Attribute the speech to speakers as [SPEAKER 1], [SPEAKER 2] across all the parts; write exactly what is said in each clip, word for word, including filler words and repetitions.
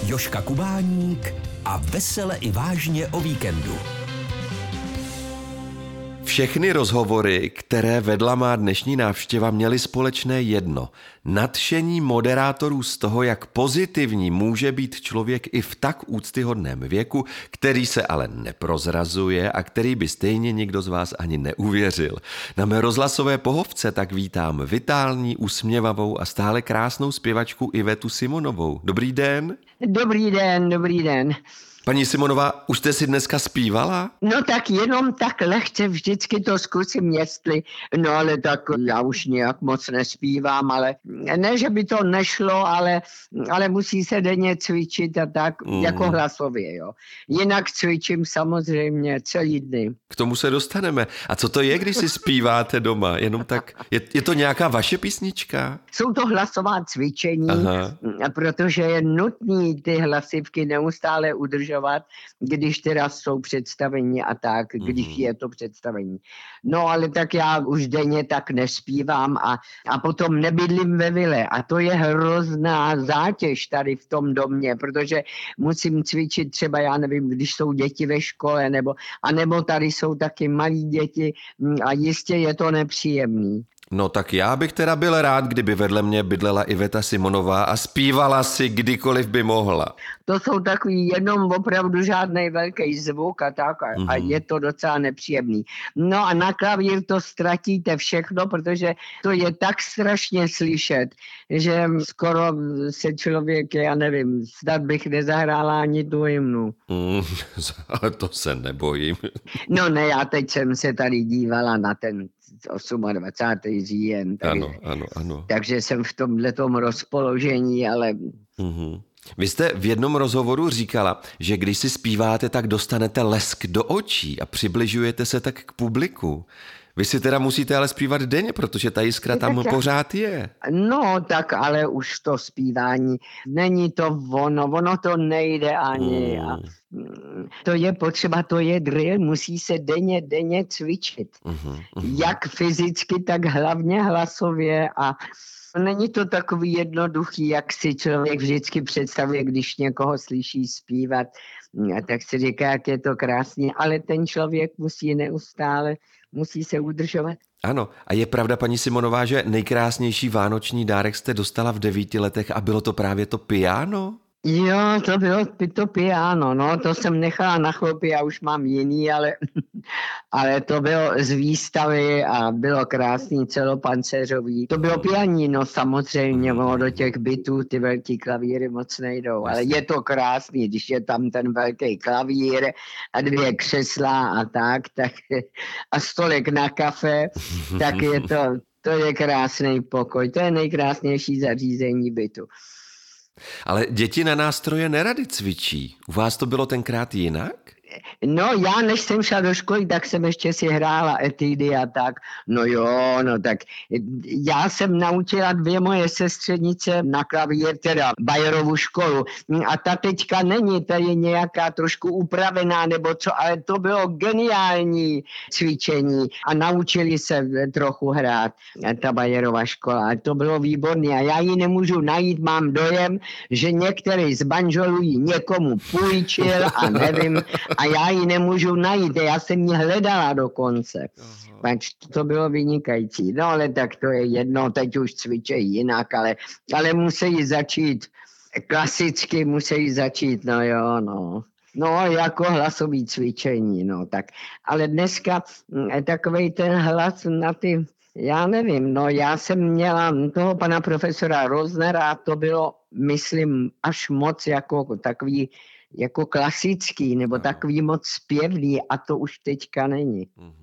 [SPEAKER 1] Jožka Kubáník a vesele i vážně o víkendu.
[SPEAKER 2] Všechny rozhovory, které vedla má dnešní návštěva, měly společné jedno. Nadšení moderátorů z toho, jak pozitivní může být člověk i v tak úctyhodném věku, který se ale neprozrazuje a který by stejně nikdo z vás ani neuvěřil. Na mé rozhlasové pohovce tak vítám vitální, usměvavou a stále krásnou zpěvačku Ivetu Simonovou. Dobrý den.
[SPEAKER 3] Dobrý den, dobrý den.
[SPEAKER 2] Paní Simonová, už jste si dneska zpívala?
[SPEAKER 3] No tak jenom tak lehce vždycky to zkusím, jestli, no ale tak já už nějak moc nespívám, ale ne, že by to nešlo, ale, ale musí se denně cvičit a tak, mm. jako hlasově, jo. Jinak cvičím samozřejmě celý dny.
[SPEAKER 2] K tomu se dostaneme. A co to je, když si zpíváte doma? Jenom tak, je, je to nějaká vaše písnička?
[SPEAKER 3] Jsou to hlasová cvičení, Aha. protože je nutný ty hlasivky neustále udržovat, když teda jsou představení a tak, když mm. je to představení. No ale tak já už denně tak nespívám a, a potom nebydlím ve vile a to je hrozná zátěž tady v tom domě, protože musím cvičit třeba, já nevím, když jsou děti ve škole, nebo, anebo tady jsou taky malí děti a jistě je to nepříjemný.
[SPEAKER 2] No tak já bych teda byl rád, kdyby vedle mě bydlela Iveta Simonová a zpívala si kdykoliv by mohla.
[SPEAKER 3] To jsou takový jenom opravdu žádný velký zvuk a tak a, mm-hmm. a je to docela nepříjemný. No a na klavír to ztratíte všechno, protože to je tak strašně slyšet, že skoro se člověk, já nevím, snad bych nezahrála ani tu hymnu.
[SPEAKER 2] Mm, ale to se nebojím.
[SPEAKER 3] No ne, já teď jsem se tady dívala na ten dvacátého osmého říjen. Takže,
[SPEAKER 2] ano, ano, ano.
[SPEAKER 3] Takže jsem v tomhletom rozpoložení, ale...
[SPEAKER 2] Mm-hmm. Vy jste v jednom rozhovoru říkala, že když si zpíváte, tak dostanete lesk do očí a přibližujete se tak k publiku. Vy si teda musíte ale zpívat denně, protože ta jiskra tam tak, pořád je.
[SPEAKER 3] No, tak ale už to zpívání, není to ono, ono to nejde ani. Mm. A to je potřeba, to je drill, musí se denně, denně cvičit. Mm-hmm. Jak fyzicky, tak hlavně hlasově a není to takový jednoduchý, jak si člověk vždycky představuje, když někoho slyší zpívat, tak si říká, jak je to krásně, ale ten člověk musí neustále, musí se udržovat.
[SPEAKER 2] Ano, a je pravda, paní Simonová, že nejkrásnější vánoční dárek jste dostala v devíti letech a bylo to právě to piano?
[SPEAKER 3] Jo, to bylo to piano, no, to jsem nechala na chlopy, já už mám jiný, ale, ale to bylo z výstavy a bylo krásný celopancéřový. To bylo pianino samozřejmě, no, do těch bytů ty velký klavíry moc nejdou, ale je to krásný, když je tam ten velký klavír a dvě křesla a tak, tak a stolek na kafe, tak je to, to je krásný pokoj, to je nejkrásnější zařízení bytu.
[SPEAKER 2] Ale děti na nástroje nerady cvičí. U vás to bylo tenkrát jinak?
[SPEAKER 3] No já, než jsem šla do školy, tak jsem ještě si hrála etudy a tak. No jo, no tak já jsem naučila dvě moje sestřenice na klavír, teda Bayerovu školu. A ta teďka není, ta je nějaká trošku upravená nebo co, ale to bylo geniální cvičení a naučili se trochu hrát, ta Bayerova škola. A to bylo výborné a já ji nemůžu najít, mám dojem, že některý z banžolů ji někomu půjčil a nevím, a já ji nemůžu najít, já jsem ji hledala dokonce. Pač to bylo vynikající. No ale tak to je jedno, teď už cvičejí jinak, ale, ale musí začít klasicky, musí začít, no jo, no. No, jako hlasový cvičení, no tak. Ale dneska takovej ten hlas na ty, já nevím, no já jsem měla toho pana profesora Roznera, to bylo, myslím, až moc jako takový jako klasický, nebo takový moc zpěvný a to už teďka není.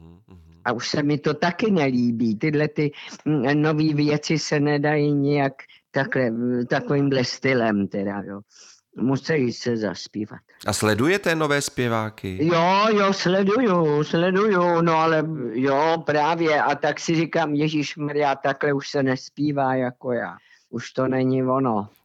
[SPEAKER 3] A už se mi to taky nelíbí. Tyhle ty nový věci se nedají nějak takhle, takovýmhle stylem teda, jo. Musí se zaspívat.
[SPEAKER 2] A sledujete nové zpěváky?
[SPEAKER 3] Jo, jo, sleduju, sleduju, no ale jo, právě. A tak si říkám, ježišmarja, takhle už se nespívá jako já. Už to není ono.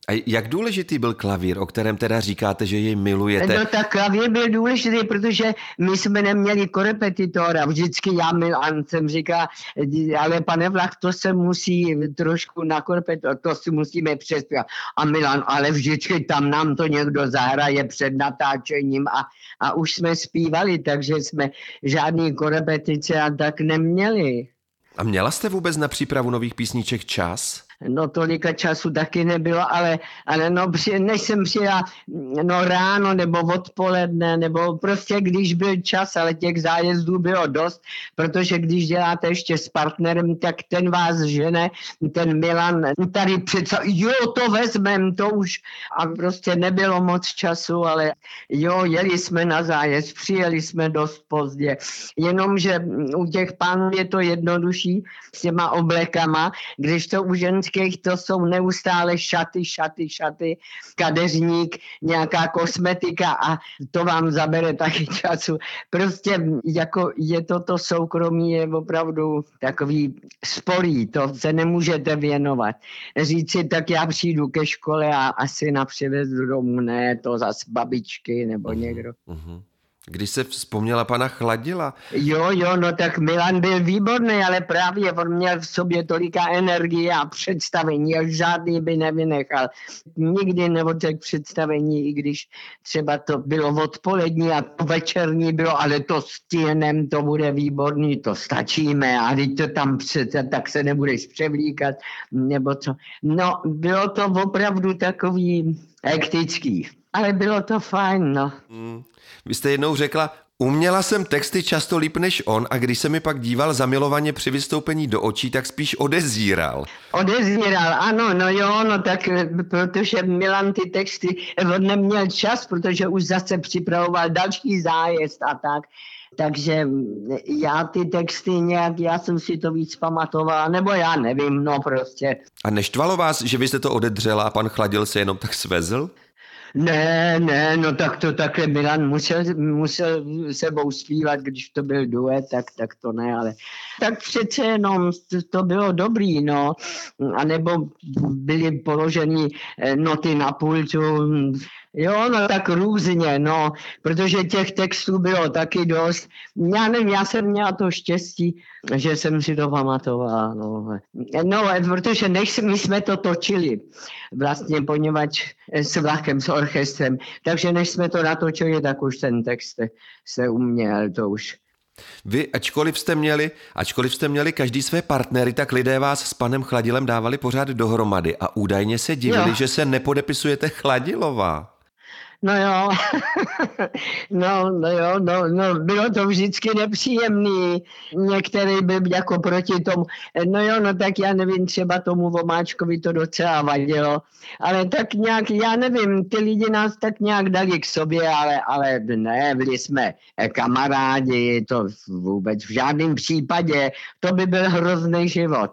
[SPEAKER 2] A jak důležitý byl klavír, o kterém teda říkáte, že jej milujete?
[SPEAKER 3] No tak klavír byl důležitý, protože my jsme neměli korepetitora. Vždycky já Milan jsem říkal, ale pane Vlach, to se musí trošku na korepetitor, to si musíme přespěvat. A Milan, ale vždycky tam nám to někdo zahraje před natáčením a, a už jsme zpívali, takže jsme žádný korepetice a tak neměli.
[SPEAKER 2] A měla jste vůbec na přípravu nových písniček čas?
[SPEAKER 3] No tolika času taky nebylo, ale, ale no, než jsem přijela no, ráno nebo odpoledne, nebo prostě když byl čas, ale těch zájezdů bylo dost, protože když děláte ještě s partnerem, tak ten vás žene, ten Milan, tady přece, jo, to vezmem, to už a prostě nebylo moc času, ale jo, jeli jsme na zájezd, přijeli jsme dost pozdě, jenomže u těch pánů je to jednodušší s těma oblekama, když to u ženských to jsou neustále šaty, šaty, šaty, kadeřník, nějaká kosmetika a to vám zabere taky času. Prostě jako je to to soukromí je opravdu takový sporý, to se nemůžete věnovat. Říct si, tak já přijdu ke škole a asi na přivezu domů, ne, to zas babičky nebo někdo.
[SPEAKER 2] Uh-huh. Když se vzpomněla pana Chladila.
[SPEAKER 3] Jo, jo, no tak Milan byl výborný, ale právě on měl v sobě tolika energie a představení, a žádný by nevynechal. Nikdy neodřekl představení, i když třeba to bylo odpolední a to večerní bylo, ale to stihneme, to bude výborný, to stačíme a když to tam přece, tak se nebudeš převlíkat, nebo co. No, bylo to opravdu takový hektický, ale bylo to fajn, no.
[SPEAKER 2] Mm. Vy jste jednou řekla, uměla jsem texty často líp než on a když se mi pak díval zamilovaně při vystoupení do očí, tak spíš odezíral.
[SPEAKER 3] Odezíral, ano, no jo, no tak, protože Milan ty texty, on neměl čas, protože už zase připravoval další zájezd a tak. Takže já ty texty nějak, já jsem si to víc pamatovala, nebo já nevím, no prostě.
[SPEAKER 2] A neštvalo vás, že vy jste to odedřela a pan Chladil se jenom tak svezl?
[SPEAKER 3] Ne, ne, no tak to takhle Milan musel, musel sebou zpívat, když to byl duet, tak, tak to ne, ale tak přece jenom to, to bylo dobrý, no, a nebo byly položeny noty na pultu, jo, no tak různě, no, protože těch textů bylo taky dost. Já nevím, já jsem měla to štěstí, že jsem si to pamatovala, no. No, protože než my jsme to točili, vlastně poněvadž s Vlachem, s orchestrem, takže než jsme to natočili, tak už ten text se uměl, to už.
[SPEAKER 2] Vy, ačkoliv jste měli, ačkoliv jste měli každý své partnery, tak lidé vás s panem Chladilem dávali pořád dohromady a údajně se divili, jo. Že se nepodepisujete Chladilová.
[SPEAKER 3] No jo, no, no jo, no, no, bylo to vždycky nepříjemný, některý byl jako proti tomu, no jo, no tak já nevím, třeba tomu Vomáčkovi to docela vadilo, ale tak nějak, já nevím, ty lidi nás tak nějak dali k sobě, ale, ale ne, byli jsme kamarádi, to vůbec v žádném případě, to by byl hrozný život.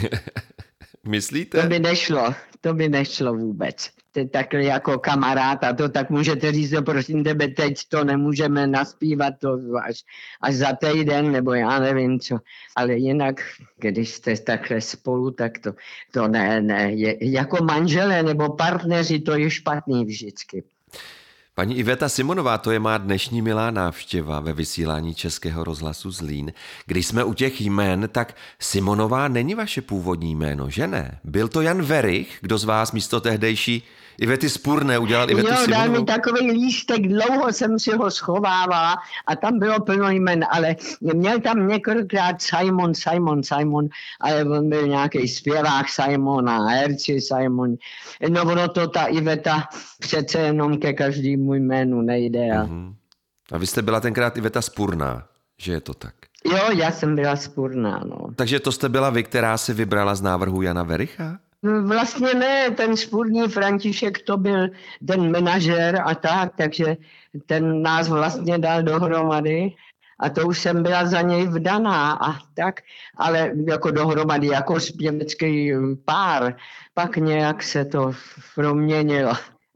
[SPEAKER 2] Myslíte?
[SPEAKER 3] To by nešlo, to by nešlo vůbec. Takhle jako kamarád a to tak můžete říct, no prosím tebe, teď to nemůžeme naspívat to až, až za týden, nebo já nevím co. Ale jinak, když jste takhle spolu, tak to, to ne, ne. Je, jako manželé nebo partneři, to je špatný vždycky.
[SPEAKER 2] Paní Iveta Simonová, to je má dnešní milá návštěva ve vysílání Českého rozhlasu Zlín. Když jsme u těch jmén, tak Simonová není vaše původní jméno, že ne? Byl to Jan Werich, kdo z vás místo tehdejší Ivety Spurné udělal Ivetu Simonovou?
[SPEAKER 3] Jo, dal mi takový lístek, dlouho jsem si ho schovávala a tam bylo plno jmen, ale měl tam několikrát Simon, Simon, Simon, ale on byl nějaký zpěvák Simon a herci Simon. No ono to ta Iveta přece jenom ke každému jménu nejde. A...
[SPEAKER 2] Uh-huh. A vy jste byla tenkrát Iveta Spurná, že je to tak?
[SPEAKER 3] Jo, já jsem byla Spurná, no.
[SPEAKER 2] Takže to jste byla vy, která se vybrala z návrhu Jana Wericha?
[SPEAKER 3] Vlastně ne, ten Spurný František to byl ten manažer a tak, takže ten nás vlastně dal dohromady a to už jsem byla za něj vdaná a tak, ale jako dohromady, jako zpěvecký pár, pak nějak se to proměnilo.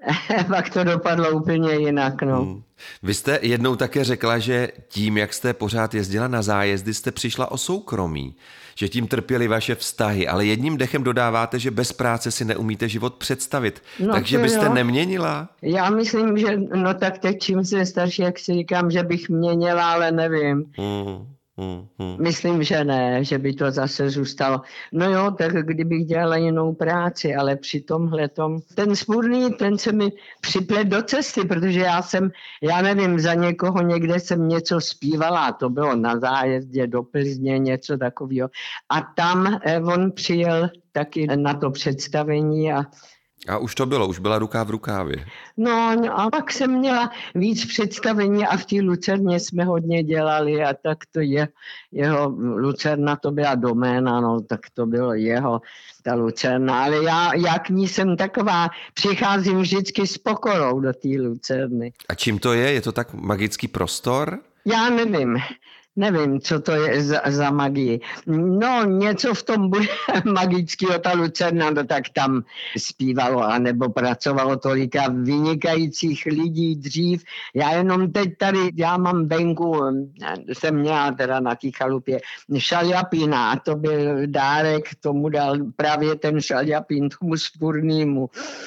[SPEAKER 3] Pak to dopadlo úplně jinak, no. Hmm.
[SPEAKER 2] Vy jste jednou také řekla, že tím, jak jste pořád jezdila na zájezdy, jste přišla o soukromí, že tím trpěly vaše vztahy, ale jedním dechem dodáváte, že bez práce si neumíte život představit. No, takže byste jo. neměnila?
[SPEAKER 3] Já myslím, že no tak teď čím jsem starší, jak si říkám, že bych měnila, ale nevím. Hmm. Hmm, hmm. Myslím, že ne, že by to zase zůstalo. No jo, tak kdybych dělala jinou práci, ale při tomhletom, ten Spurný, ten se mi připlet do cesty, protože já jsem, já nevím, za někoho někde jsem něco zpívala, to bylo na zájezdě do Plzně, něco takového. A tam eh, on přijel taky na to představení a
[SPEAKER 2] A už to bylo, už byla ruka v rukávě.
[SPEAKER 3] No, no a pak jsem měla víc představení a v té Lucerně jsme hodně dělali a tak to je, jeho Lucerna to byla doména, no tak to bylo jeho, ta Lucerna, ale já, já k ní jsem taková, přicházím vždycky s pokorou do té Lucerny.
[SPEAKER 2] A čím to je? Je to tak magický prostor?
[SPEAKER 3] Já nevím. Nevím, co to je za, za magii. No, něco v tom bude magického, ta Lucerna, no, tak tam zpívalo, anebo pracovalo tolika vynikajících lidí dřív. Já jenom teď tady, já mám venku, jsem měla teda na té chalupě šaljapína a to byl dárek, tomu dal právě ten šaljapín tomu Spurnýmu.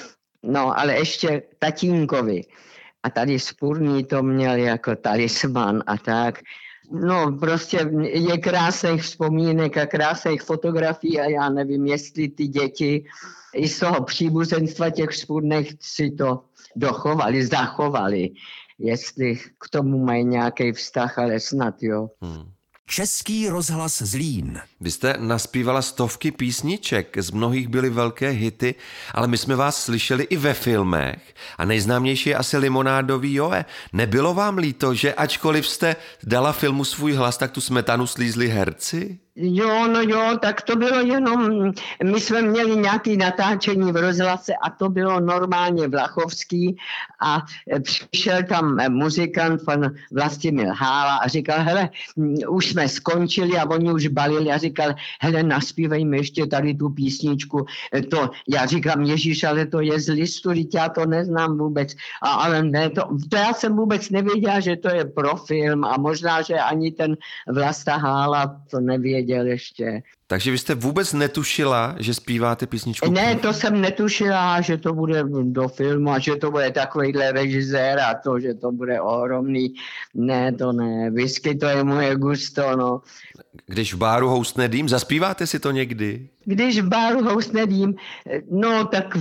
[SPEAKER 3] No, ale ještě tatínkovi. A tady Spurný to měl jako talisman a tak. No, prostě je krásných vzpomínek a krásných fotografií a já nevím, jestli ty děti i z toho příbuzenstva těch Spurných si to dochovali, zachovali. Jestli k tomu mají nějaký vztah, ale snad jo. Hmm.
[SPEAKER 1] Český rozhlas Zlín.
[SPEAKER 2] Vy jste naspívala stovky písniček, z mnohých byly velké hity, ale my jsme vás slyšeli i ve filmech a nejznámější je asi Limonádový Joe. Nebylo vám líto, že ačkoliv jste dala filmu svůj hlas, tak tu smetanu slízli herci?
[SPEAKER 3] Jo, no jo, tak to bylo jenom, my jsme měli nějaké natáčení v rozhlase a to bylo normálně Vlachovský a přišel tam muzikant, pan Vlastimil Hála a říkal, hele, už jsme skončili a oni už balili a říkal, hele, naspívejme ještě tady tu písničku. To, já říkám, Ježíš, ale to je z listu, já to neznám vůbec. A, ale ne, to, to já jsem vůbec nevěděla, že to je pro film a možná, že ani ten Vlasta Hála to nevěděl ještě.
[SPEAKER 2] Takže vy jste vůbec netušila, že zpíváte písničku?
[SPEAKER 3] Ne, to jsem netušila, že to bude do filmu a že to bude takovýhle režisér a to, že to bude ohromný. Ne, to ne. Whisky, to je moje gusto, no.
[SPEAKER 2] Když v báru houstne dým, zaspíváte si to někdy?
[SPEAKER 3] Když v báru houstne dým, no tak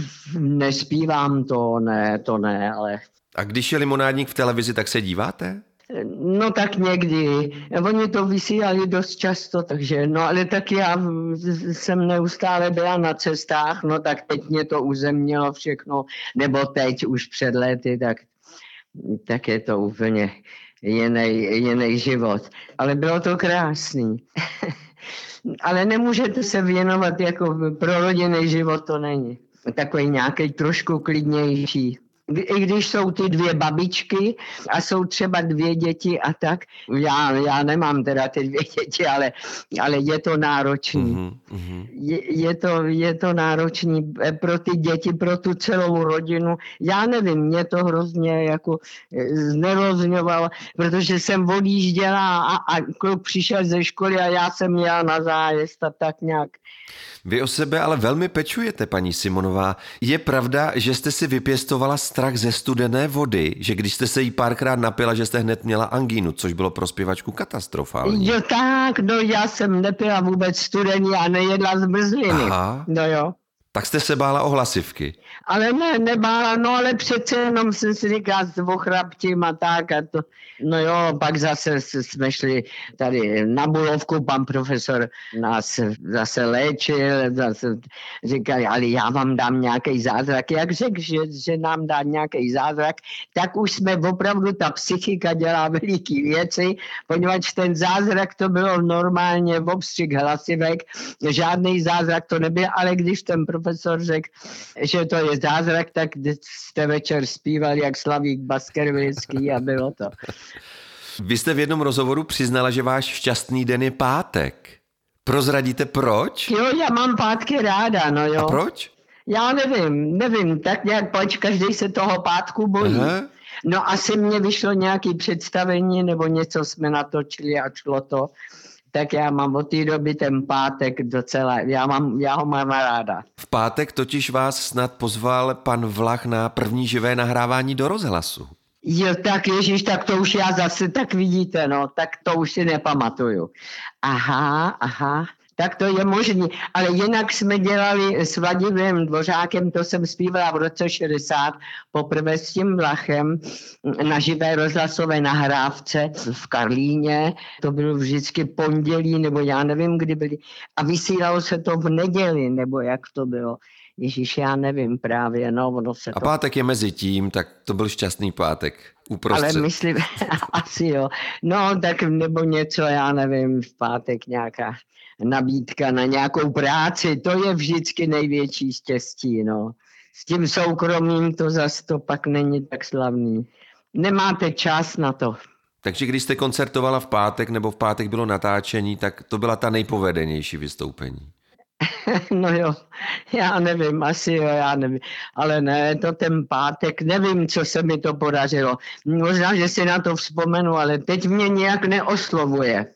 [SPEAKER 3] nespívám to, ne, to ne, ale...
[SPEAKER 2] A když je Limonádník v televizi, tak se díváte?
[SPEAKER 3] No tak někdy. Oni to vysílali dost často, takže no ale tak já jsem neustále byla na cestách, no tak teď mě to uzemnilo všechno, nebo teď už před lety, tak, tak je to úplně jiný, jiný život. Ale bylo to krásný. Ale nemůžete se věnovat jako pro rodinný život, to není. Takový nějaký trošku klidnější. I když jsou ty dvě babičky a jsou třeba dvě děti a tak, já, já nemám teda ty dvě děti, ale, ale je to náročný. Mm-hmm. Je, je, to, je to náročný pro ty děti, pro tu celou rodinu. Já nevím, mě to hrozně jako znerozňovalo, protože jsem odjížděla a, a kluk přišel ze školy a já jsem měla na zájezd a tak nějak.
[SPEAKER 2] Vy o sebe ale velmi pečujete, paní Simonová. Je pravda, že jste si vypěstovala strach ze studené vody, že když jste se jí párkrát napila, že jste hned měla angínu, což bylo pro zpěvačku katastrofální?
[SPEAKER 3] Jo tak, no já jsem nepila vůbec studený a nejedla zmrzliny.
[SPEAKER 2] Aha.
[SPEAKER 3] No jo.
[SPEAKER 2] Tak jste se bála o hlasivky?
[SPEAKER 3] Ale ne, nebála, no ale přece jenom jsem si říkala s ochraptím a tak a to. No jo, pak zase jsme šli tady na Bulovku, pan profesor nás zase léčil, zase říkali, ale já vám dám nějaký zázrak. Jak řekl, že, že nám dá nějaký zázrak, tak už jsme opravdu, ta psychika dělá veliký věci, poněvadž ten zázrak to bylo normálně v obstřik hlasivek, žádný zázrak to nebyl, ale když ten profesor řekl, že to je zázrak, tak jste večer zpívali jak Slavík Baskervilský a bylo to.
[SPEAKER 2] Vy jste v jednom rozhovoru přiznala, že váš šťastný den je pátek. Prozradíte proč?
[SPEAKER 3] Jo, já mám pátky ráda, no jo.
[SPEAKER 2] A proč?
[SPEAKER 3] Já nevím, nevím, tak nějak pač každý se toho pátku bojí. Aha. No asi mě vyšlo nějaké představení nebo něco jsme natočili a šlo to. Tak já mám od té doby ten pátek docela, já, mám, já ho mám ráda.
[SPEAKER 2] V pátek totiž vás snad pozval pan Vlach na první živé nahrávání do rozhlasu.
[SPEAKER 3] Jo, tak ježíš, tak to už já zase, tak vidíte, no, tak to už si nepamatuju. Aha, aha. Tak to je možný, ale jinak jsme dělali s Vladimírem Dvořákem, to jsem zpívala v roce šedesát, poprvé s tím Vlachem na živé rozhlasové nahrávce v Karlíně, to bylo vždycky pondělí, nebo já nevím, kdy byli, a vysílalo se to v neděli, nebo jak to bylo. Ježíš, já nevím právě, no, ono se
[SPEAKER 2] A
[SPEAKER 3] to...
[SPEAKER 2] pátek je mezi tím, tak to byl šťastný pátek. Uprostřed.
[SPEAKER 3] Ale myslím, asi jo. No, tak nebo něco, já nevím, v pátek nějaká nabídka na nějakou práci, to je vždycky největší štěstí, no. S tím soukromým to zase to pak není tak slavný. Nemáte čas na to.
[SPEAKER 2] Takže když jste koncertovala v pátek nebo v pátek bylo natáčení, tak to byla ta nejpovedenější vystoupení.
[SPEAKER 3] No jo, já nevím, asi jo, já nevím, ale ne, to ten pátek, nevím, co se mi to podařilo. Možná, že si na to vzpomenu, ale teď mě nějak neoslovuje.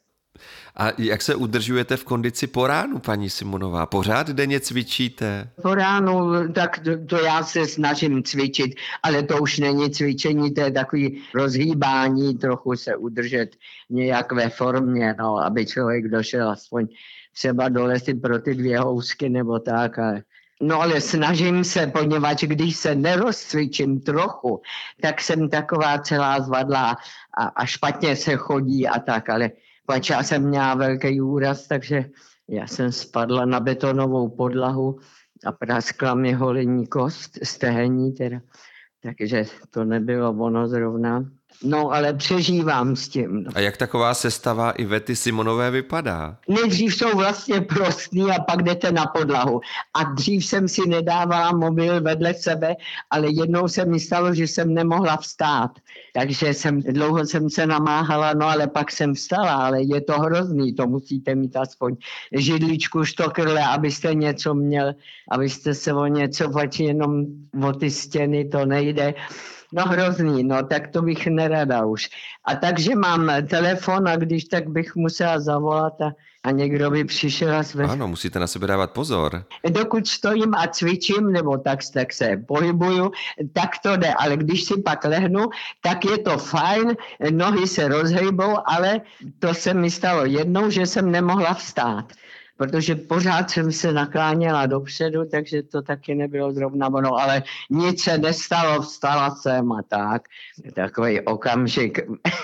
[SPEAKER 2] A jak se udržujete v kondici po ránu, paní Simonová? Pořád denně cvičíte?
[SPEAKER 3] Po ránu, tak to, to já se snažím cvičit, ale to už není cvičení, to je takový rozhýbání, trochu se udržet nějak ve formě, no, aby člověk došel aspoň třeba do lesy pro ty dvě housky nebo tak. Ale... No ale snažím se, poněvadž když se nerozcvičím trochu, tak jsem taková celá zvadlá a, a špatně se chodí a tak, ale pač já jsem měla velký úraz, takže já jsem spadla na betonovou podlahu a praskla mi holenní kost, stehení teda. Takže to nebylo ono zrovna. No, ale přežívám s tím.
[SPEAKER 2] A jak taková sestava Ivety Simonové vypadá?
[SPEAKER 3] Nejdřív jsou vlastně prostý a pak jdete na podlahu. A dřív jsem si nedávala mobil vedle sebe, ale jednou se mi stalo, že jsem nemohla vstát. Takže jsem, dlouho jsem se namáhala, no ale pak jsem vstala, ale je to hrozný, to musíte mít aspoň židličku, štokrle, abyste něco měl, abyste se o něco, pač jenom o ty stěny, to nejde. No hrozný, no tak to bych nerada už. A takže mám telefon a když tak bych musela zavolat a, a někdo by přišel a své...
[SPEAKER 2] Ano, musíte na sebe dávat pozor.
[SPEAKER 3] Dokud stojím a cvičím, nebo tak, tak se pohybuju, tak to jde. Ale když si pak lehnu, tak je to fajn, nohy se rozhejbou, ale to se mi stalo jednou, že jsem nemohla vstát. Protože pořád jsem se nakláněla dopředu, takže to taky nebylo zrovna ono, ale nic se nestalo, vstala jsem a tak. Takový okamžik,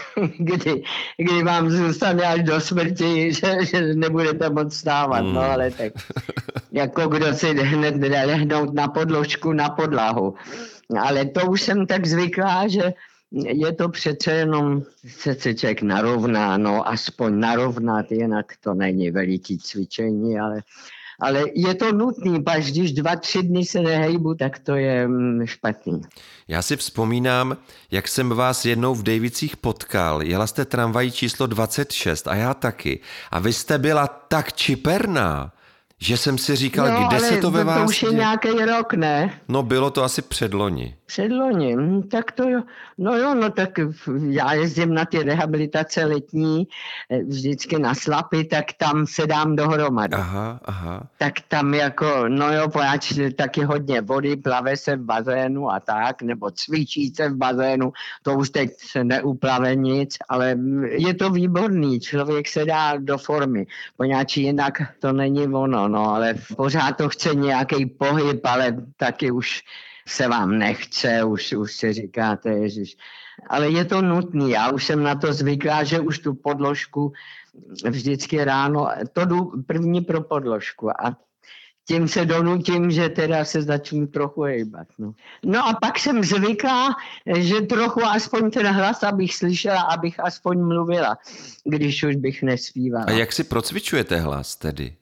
[SPEAKER 3] kdy, kdy vám zůstane až do smrti, že, že nebudete moc stávat, mm. no ale tak jako kdo si hned lehnout na podložku, na podlahu. Ale to už jsem tak zvyklá, že je to přece jenom, se člověk narovná, no aspoň narovnat, jinak to není veliký cvičení, ale, ale je to nutný, pač když dva, tři dny se nehejbu, tak to je špatný.
[SPEAKER 2] Já si vzpomínám, jak jsem vás jednou v Dejvicích potkal, jela jste tramvají číslo dvacet šest a já taky. A vy jste byla tak čiperná, že jsem si říkal,
[SPEAKER 3] no,
[SPEAKER 2] kde se to ve vás...
[SPEAKER 3] to už je nějaký rok, ne?
[SPEAKER 2] No bylo to asi předloni.
[SPEAKER 3] Předloni, tak to jo. No jo, no tak já jezdím na ty rehabilitace letní, vždycky na Slapy, tak tam se dám dohromady.
[SPEAKER 2] Aha, aha.
[SPEAKER 3] Tak tam jako, no jo, pojáč taky hodně vody, plave se v bazénu a tak, nebo cvičí se v bazénu, to už teď se neuplave nic, ale je to výborný, člověk se dá do formy, poněvadž jinak to není ono, no, ale pořád to chce nějaký pohyb, ale taky už se vám nechce, už, už si říkáte, ježiš. Ale je to nutný, já už jsem na to zvyklá, že už tu podložku vždycky ráno, to jdu první pro podložku a tím se donutím, že teda se začnu trochu hejbat. No. no a pak jsem zvyklá, že trochu aspoň ten hlas, abych slyšela, abych aspoň mluvila, když už bych nespívala.
[SPEAKER 2] A jak si procvičujete hlas tedy?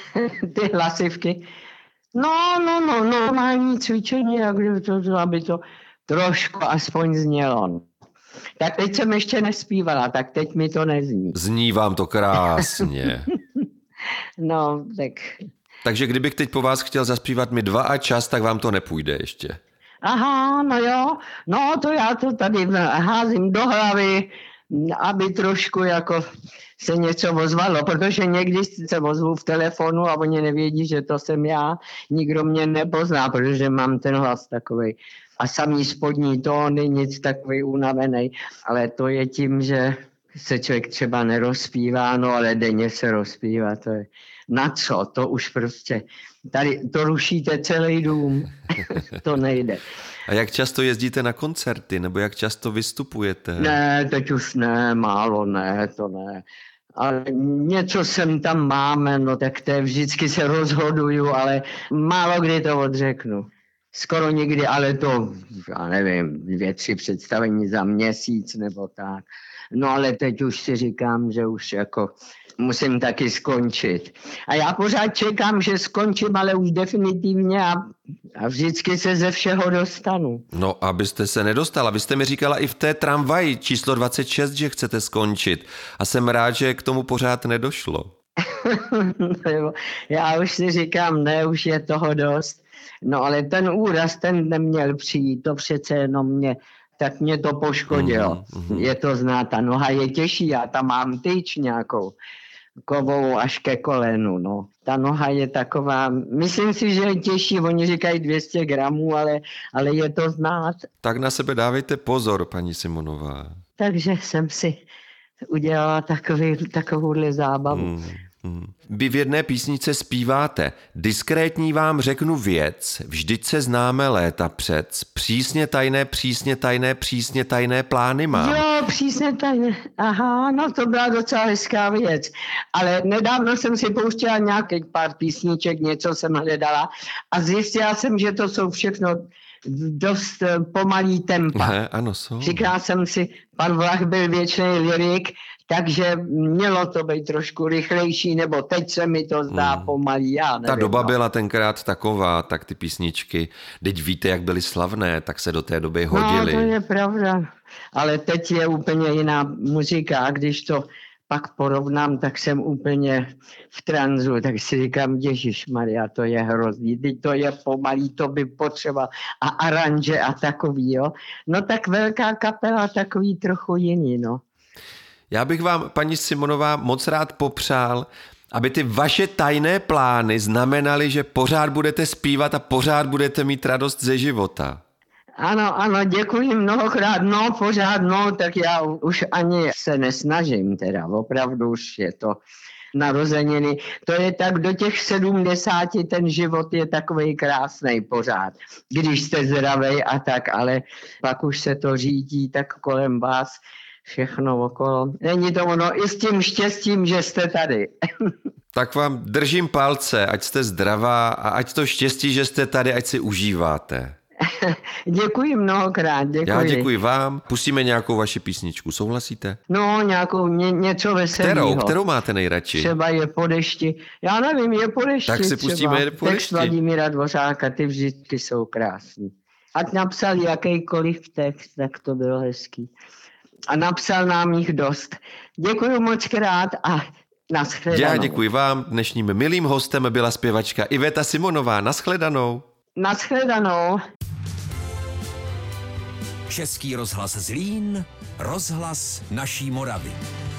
[SPEAKER 3] Ty hlasivky. No, no, no, normální cvičení, to, to, aby to trošku aspoň znělo. Tak teď jsem ještě nespívala, tak teď mi to nezní.
[SPEAKER 2] Zní vám to krásně.
[SPEAKER 3] No, tak
[SPEAKER 2] Takže kdybych teď po vás chtěl zaspívat mi dva a čas, tak vám to nepůjde ještě.
[SPEAKER 3] Aha, no jo, no to já to tady házím do hlavy, aby trošku jako se něco ozvalo, protože někdy se ozvu v telefonu a oni nevědí, že to jsem já, nikdo mě nepozná, protože mám ten hlas takovej. A samý spodní tóny, nic takový unavený, ale to je tím, že se člověk třeba nerozpívá, no ale denně se rozpívá, to je na co, to už prostě, tady to rušíte celý dům, to nejde.
[SPEAKER 2] A jak často jezdíte na koncerty, nebo jak často vystupujete?
[SPEAKER 3] Ne, teď už ne, málo ne, to ne. Ale něco sem tam máme, no tak to vždycky se rozhoduju, ale málo kdy to odřeknu. Skoro nikdy, ale to, já nevím, dvě, tři představení za měsíc nebo tak. No ale teď už si říkám, že už jako musím taky skončit. A já pořád čekám, že skončím, ale už definitivně a, a vždycky se ze všeho dostanu.
[SPEAKER 2] No, abyste se nedostala. Vy jste mi říkala i v té tramvaji číslo dvacet šest, že chcete skončit. A jsem rád, že k tomu pořád nedošlo.
[SPEAKER 3] Já už si říkám, ne, už je toho dost. No ale ten úraz, ten neměl přijít, to přece jenom mě, tak mě to poškodilo. Mm-hmm. Je to znát, ta noha je těžší, já tam mám tyč nějakou kovou až ke kolenu, no. Ta noha je taková, myslím si, že je těžší, oni říkají dvě stě gramů, ale, ale je to znát.
[SPEAKER 2] Tak na sebe dávejte pozor, paní Simonová.
[SPEAKER 3] Takže jsem si udělala takový, takovouhle zábavu. Mm.
[SPEAKER 2] Vy v jedné písnice zpíváte: diskrétní vám řeknu věc, vždyť se známe léta přec, přísně tajné, přísně tajné, přísně tajné plány mám.
[SPEAKER 3] Jo, přísně tajné, aha, no to byla docela hezká věc, ale nedávno jsem si pouštěla nějakých pár písniček, něco jsem hledala a zjistila jsem, že to jsou všechno dost pomalý tempa.
[SPEAKER 2] Ne, ano, jsou.
[SPEAKER 3] Říkala jsem si, pan Vlach byl věčný lyrik, takže mělo to být trošku rychlejší, nebo teď se mi to zdá hmm. pomalý, já nevím.
[SPEAKER 2] Ta doba byla tenkrát taková, tak ty písničky, teď víte, jak byly slavné, tak se do té doby hodily.
[SPEAKER 3] No, to je pravda, ale teď je úplně jiná muzika a když to pak porovnám, tak jsem úplně v tranzu, tak si říkám, ježišmarja, to je hrozný, teď to je pomalý, to by potřeba a aranže a takový, jo. No tak velká kapela, takový trochu jiný, no.
[SPEAKER 2] Já bych vám, paní Simonová, moc rád popřál, aby ty vaše tajné plány znamenaly, že pořád budete zpívat a pořád budete mít radost ze života.
[SPEAKER 3] Ano, ano, děkuji mnohokrát, no pořád, no, tak já už ani se nesnažím teda, opravdu už je to narozeniny. To je tak do těch sedmdesáti, ten život je takovej krásnej pořád, když jste zdravej a tak, ale pak už se to řídí tak kolem vás, všechno okolo. Není to ono i s tím štěstím, že jste tady.
[SPEAKER 2] Tak vám držím palce, ať jste zdravá a ať to štěstí, že jste tady, ať si užíváte.
[SPEAKER 3] Děkuji mnohokrát, děkuji.
[SPEAKER 2] Já děkuji vám. Pustíme nějakou vaši písničku, souhlasíte?
[SPEAKER 3] No, nějakou, ně, něco veselého.
[SPEAKER 2] Kterou? Kterou máte nejradši?
[SPEAKER 3] Třeba Je po dešti. Já nevím, Je po dešti.
[SPEAKER 2] Tak si pustíme Je po dešti.
[SPEAKER 3] Text Vladimíra Dvořáka, ty vždycky jsou krásný. Ať napsal jakýkoliv text, tak to bylo hezký. A napsal nám jich dost. Děkuji moc krát a nashledanou.
[SPEAKER 2] Já děkuji vám. Dnešním milým hostem byla zpěvačka Iveta Simonová. Nashledanou.
[SPEAKER 3] Nashledanou.
[SPEAKER 1] Český rozhlas Zlín, rozhlas naší Moravy.